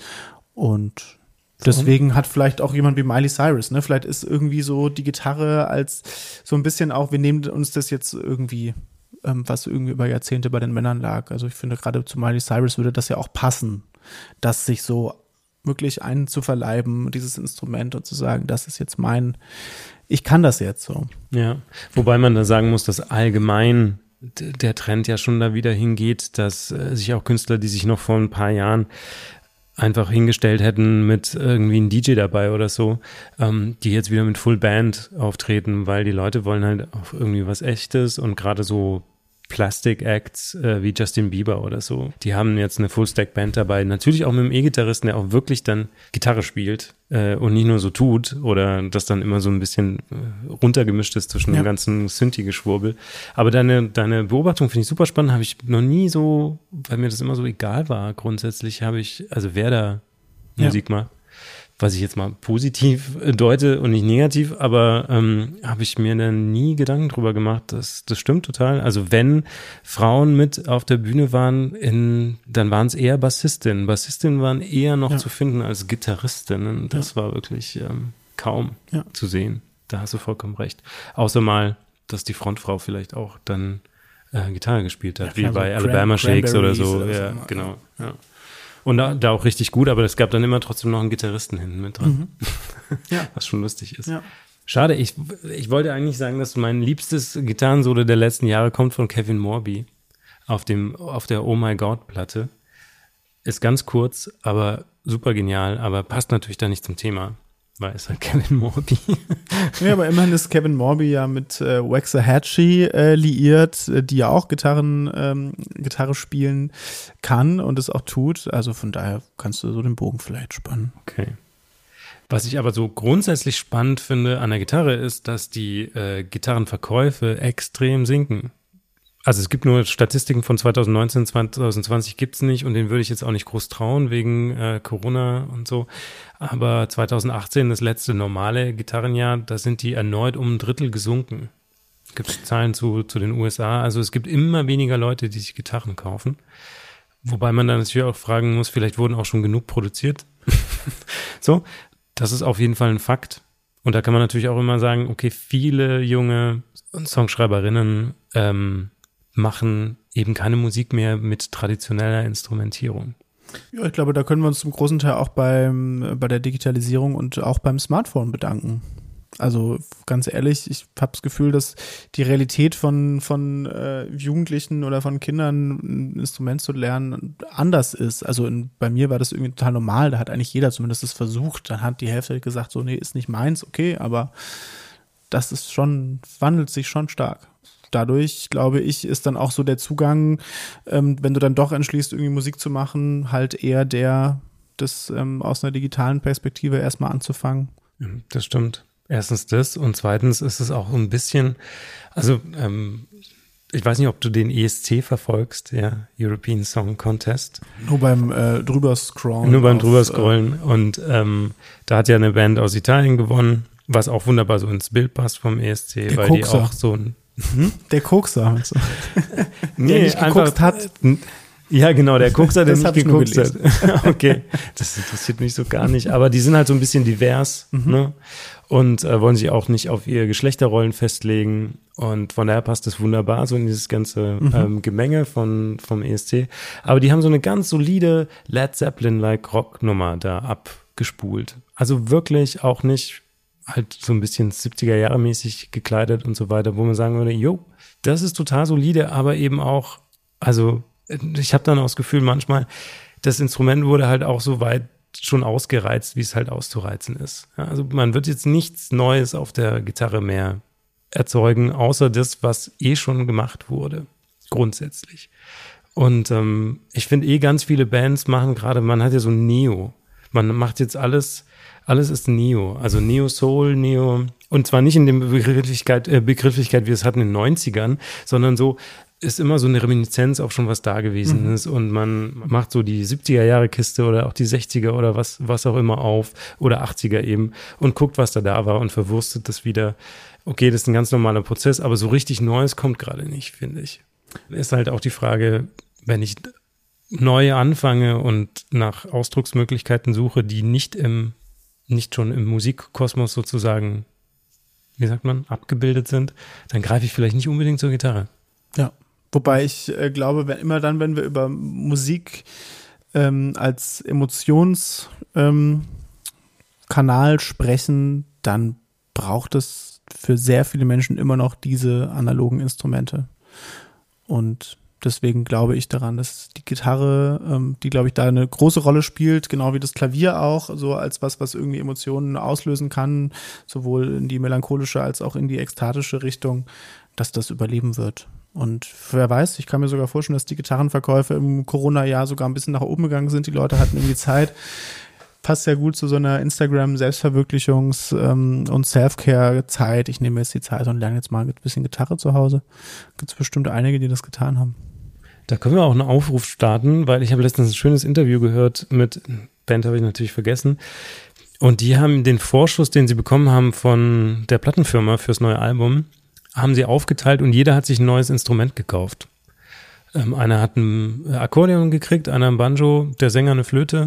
Und deswegen hat vielleicht auch jemand wie Miley Cyrus, ne? Vielleicht ist irgendwie so die Gitarre als so ein bisschen auch, wir nehmen uns das jetzt irgendwie, was irgendwie über Jahrzehnte bei den Männern lag. Also ich finde, gerade zu Miley Cyrus würde das ja auch passen, das sich so wirklich einzuverleiben, dieses Instrument und zu sagen, das ist jetzt mein, ich kann das jetzt so. Ja, wobei man da sagen muss, dass allgemein d- der Trend ja schon da wieder hingeht, dass äh, sich auch Künstler, die sich noch vor ein paar Jahren einfach hingestellt hätten mit irgendwie einem D J dabei oder so, ähm, die jetzt wieder mit Full Band auftreten, weil die Leute wollen halt auch irgendwie was Echtes und gerade so Plastic Acts äh, wie Justin Bieber oder so, die haben jetzt eine Full-Stack-Band dabei, natürlich auch mit einem E-Gitarristen, der auch wirklich dann Gitarre spielt äh, und nicht nur so tut oder das dann immer so ein bisschen äh, runtergemischt ist zwischen ja. dem ganzen Synthi-Geschwurbel. Aber deine, deine Beobachtung finde ich super spannend, habe ich noch nie so, weil mir das immer so egal war, grundsätzlich habe ich, also wer da Musik ja. macht, was ich jetzt mal positiv deute und nicht negativ, aber ähm, habe ich mir dann nie Gedanken drüber gemacht. Das, das stimmt total. Also wenn Frauen mit auf der Bühne waren, in, dann waren es eher Bassistinnen. Bassistinnen waren eher noch ja. zu finden als Gitarristinnen. Das ja. war wirklich ähm, kaum ja. zu sehen. Da hast du vollkommen recht. Außer mal, dass die Frontfrau vielleicht auch dann äh, Gitarre gespielt hat, ja, wie bei so Alabama Shakes oder so. Oder ja, so genau, ja. Und da, da auch richtig gut, aber es gab dann immer trotzdem noch einen Gitarristen hinten mit dran. Mhm. Ja. Was schon lustig ist. Ja. Schade, ich, ich wollte eigentlich sagen, dass mein liebstes Gitarrensolo der letzten Jahre kommt von Kevin Morby auf dem, auf der Oh My God Platte. Ist ganz kurz, aber super genial, aber passt natürlich da nicht zum Thema, weil es halt Kevin Morby. Ja, aber immerhin ist Kevin Morby ja mit äh, Waxahachie äh, liiert, äh, die ja auch Gitarren, ähm, Gitarre spielen kann und es auch tut. Also von daher kannst du so den Bogen vielleicht spannen. Okay. Was ich aber so grundsätzlich spannend finde an der Gitarre ist, dass die äh, Gitarrenverkäufe extrem sinken. Also es gibt nur Statistiken von zwanzig neunzehn, zwanzig zwanzig gibt's nicht und denen würde ich jetzt auch nicht groß trauen wegen äh, Corona und so. Aber zwanzig achtzehn, das letzte normale Gitarrenjahr, da sind die erneut um ein Drittel gesunken. Es gibt Zahlen zu, zu den U S A. Also es gibt immer weniger Leute, die sich Gitarren kaufen. Wobei man dann natürlich auch fragen muss, vielleicht wurden auch schon genug produziert. So, das ist auf jeden Fall ein Fakt. Und da kann man natürlich auch immer sagen, okay, viele junge Songschreiberinnen ähm, machen eben keine Musik mehr mit traditioneller Instrumentierung. Ja, ich glaube, da können wir uns zum großen Teil auch beim, bei der Digitalisierung und auch beim Smartphone bedanken. Also ganz ehrlich, ich habe das Gefühl, dass die Realität von, von äh, Jugendlichen oder von Kindern ein Instrument zu lernen anders ist. Also in, bei mir war das irgendwie total normal, da hat eigentlich jeder zumindest das versucht. Dann hat die Hälfte gesagt, so nee, ist nicht meins, okay, aber das ist schon, wandelt sich schon stark. Dadurch, glaube ich, ist dann auch so der Zugang, ähm, wenn du dann doch entschließt, irgendwie Musik zu machen, halt eher der, das ähm, aus einer digitalen Perspektive erstmal anzufangen. Das stimmt. Erstens das und zweitens ist es auch ein bisschen, also ähm, ich weiß nicht, ob du den E S C verfolgst, der European Song Contest. Nur beim äh, drüber scrollen. Nur beim auf, drüber scrollen äh, und ähm, da hat ja eine Band aus Italien gewonnen, was auch wunderbar so ins Bild passt vom E S C, weil Kokser. die auch so ein hm? Der Kokser. Also. nee, der nicht geguckt hat. Ja, genau, der Kokser, der nicht geguckt hat. hat. Okay, das interessiert mich so gar nicht. Aber die sind halt so ein bisschen divers, mhm. ne? Und äh, wollen sich auch nicht auf ihre Geschlechterrollen festlegen. Und von daher passt es wunderbar so in dieses ganze mhm. ähm, Gemenge von, vom E S C. Aber die haben so eine ganz solide Led Zeppelin-like Rocknummer da abgespult. Also wirklich auch nicht halt so ein bisschen siebziger-Jahre-mäßig gekleidet und so weiter, wo man sagen würde, jo, das ist total solide, aber eben auch, also ich habe dann auch das Gefühl manchmal, das Instrument wurde halt auch so weit schon ausgereizt, wie es halt auszureizen ist. Ja, also man wird jetzt nichts Neues auf der Gitarre mehr erzeugen, außer das, was eh schon gemacht wurde, grundsätzlich. Und ähm, ich finde eh ganz viele Bands machen gerade, man hat ja so Neo, man macht jetzt alles, alles ist Neo, also Neo Soul, Neo, und zwar nicht in der Begrifflichkeit, äh, Begrifflichkeit, wie wir es hatten in den neunzigern, sondern so, ist immer so eine Reminiszenz auf schon was da gewesen mhm. ist und man macht so die siebziger-Jahre-Kiste oder auch die sechziger oder was, was auch immer auf oder achtziger eben und guckt, was da da war und verwurstet das wieder. Okay, das ist ein ganz normaler Prozess, aber so richtig Neues kommt gerade nicht, finde ich. Ist halt auch die Frage, wenn ich neu anfange und nach Ausdrucksmöglichkeiten suche, die nicht im, nicht schon im Musikkosmos sozusagen, wie sagt man, abgebildet sind, dann greife ich vielleicht nicht unbedingt zur Gitarre. Ja. Wobei ich äh, glaube, wenn immer dann, wenn wir über Musik ähm, als Emotionskanal ähm, sprechen, dann braucht es für sehr viele Menschen immer noch diese analogen Instrumente. Und deswegen glaube ich daran, dass die Gitarre, ähm, die glaube ich da eine große Rolle spielt, genau wie das Klavier auch, so als was, was irgendwie Emotionen auslösen kann, sowohl in die melancholische als auch in die ekstatische Richtung, dass das überleben wird. Und wer weiß, ich kann mir sogar vorstellen, dass die Gitarrenverkäufe im Corona-Jahr sogar ein bisschen nach oben gegangen sind. Die Leute hatten irgendwie Zeit. Passt ja gut zu so einer Instagram-Selbstverwirklichungs- ähm, und Self-Care-Zeit. Ich nehme jetzt die Zeit und lerne jetzt mal ein bisschen Gitarre zu Hause. Gibt es bestimmt einige, die das getan haben. Da können wir auch einen Aufruf starten, weil ich habe letztens ein schönes Interview gehört mit, Band habe ich natürlich vergessen, und die haben den Vorschuss, den sie bekommen haben von der Plattenfirma fürs neue Album, haben sie aufgeteilt und jeder hat sich ein neues Instrument gekauft. Ähm, einer hat ein Akkordeon gekriegt, einer ein Banjo, der Sänger eine Flöte.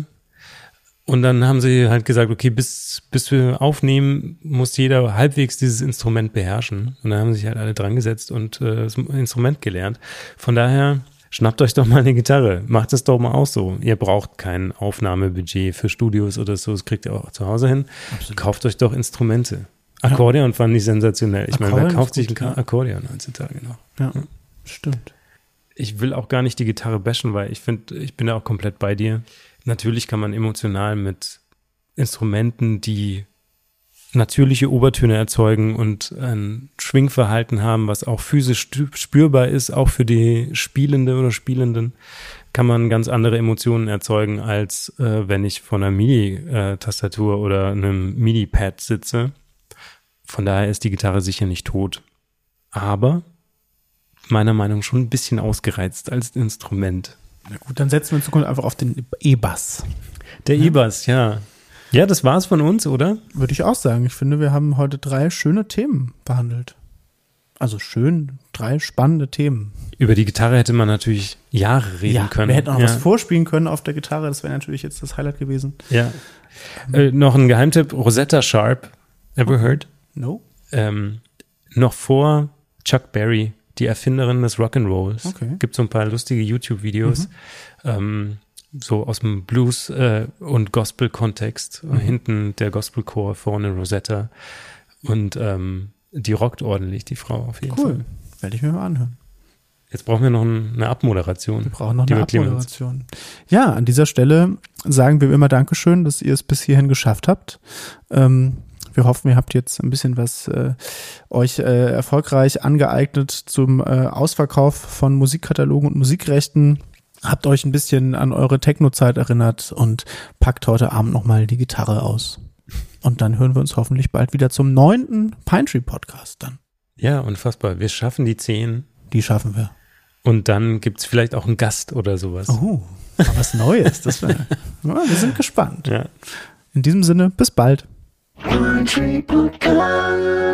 Und dann haben sie halt gesagt, okay, bis, bis wir aufnehmen, muss jeder halbwegs dieses Instrument beherrschen. Und dann haben sich halt alle dran gesetzt und äh, das Instrument gelernt. Von daher, schnappt euch doch mal eine Gitarre. Macht es doch mal auch so. Ihr braucht kein Aufnahmebudget für Studios oder so. Das kriegt ihr auch zu Hause hin. Absolut. Kauft euch doch Instrumente. Akkordeon fand ich sensationell. Ich meine, wer kauft sich ein Akkordeon heutzutage noch? Ja, ja, stimmt. Ich will auch gar nicht die Gitarre bashen, weil ich finde, ich bin da auch komplett bei dir. Natürlich kann man emotional mit Instrumenten, die natürliche Obertöne erzeugen und ein Schwingverhalten haben, was auch physisch spürbar ist, auch für die Spielende oder Spielenden, kann man ganz andere Emotionen erzeugen, als äh, wenn ich vor einer MIDI-Tastatur oder einem MIDI-Pad sitze. Von daher ist die Gitarre sicher nicht tot. Aber meiner Meinung nach schon ein bisschen ausgereizt als Instrument. Na gut, dann setzen wir in Zukunft einfach auf den E-Bass. Der ja. E-Bass, ja. Ja, das war's von uns, oder? Würde ich auch sagen. Ich finde, wir haben heute drei schöne Themen behandelt. Also schön, drei spannende Themen. Über die Gitarre hätte man natürlich Jahre reden ja, können. Wir hätten auch ja. was vorspielen können auf der Gitarre. Das wäre natürlich jetzt das Highlight gewesen. Ja. Ähm. Äh, noch ein Geheimtipp. Rosetta Sharp. Ever heard? No. Ähm, noch vor Chuck Berry, die Erfinderin des Rock'n'Rolls. Okay. Gibt so ein paar lustige YouTube-Videos. Mhm. Ähm, so aus dem Blues- äh, und Gospel-Kontext. Mhm. Hinten der Gospelchor, vorne Rosetta. Und ähm, die rockt ordentlich, die Frau auf jeden cool. Fall. Cool, werde ich mir mal anhören. Jetzt brauchen wir noch ein, eine Abmoderation. Wir brauchen noch eine Abmoderation. Ja, an dieser Stelle sagen wir immer Dankeschön, dass ihr es bis hierhin geschafft habt. Ähm, wir hoffen, ihr habt jetzt ein bisschen was äh, euch äh, erfolgreich angeeignet zum äh, Ausverkauf von Musikkatalogen und Musikrechten. Habt euch ein bisschen an eure Techno-Zeit erinnert und packt heute Abend nochmal die Gitarre aus. Und dann hören wir uns hoffentlich bald wieder zum neunten Pinetree Podcast dann. Ja, unfassbar. Wir schaffen die zehn. Die schaffen wir. Und dann gibt's vielleicht auch einen Gast oder sowas. Oh, was Neues. Das wär, ja, wir sind gespannt. Ja. In diesem Sinne, bis bald. Pinetree Podcast.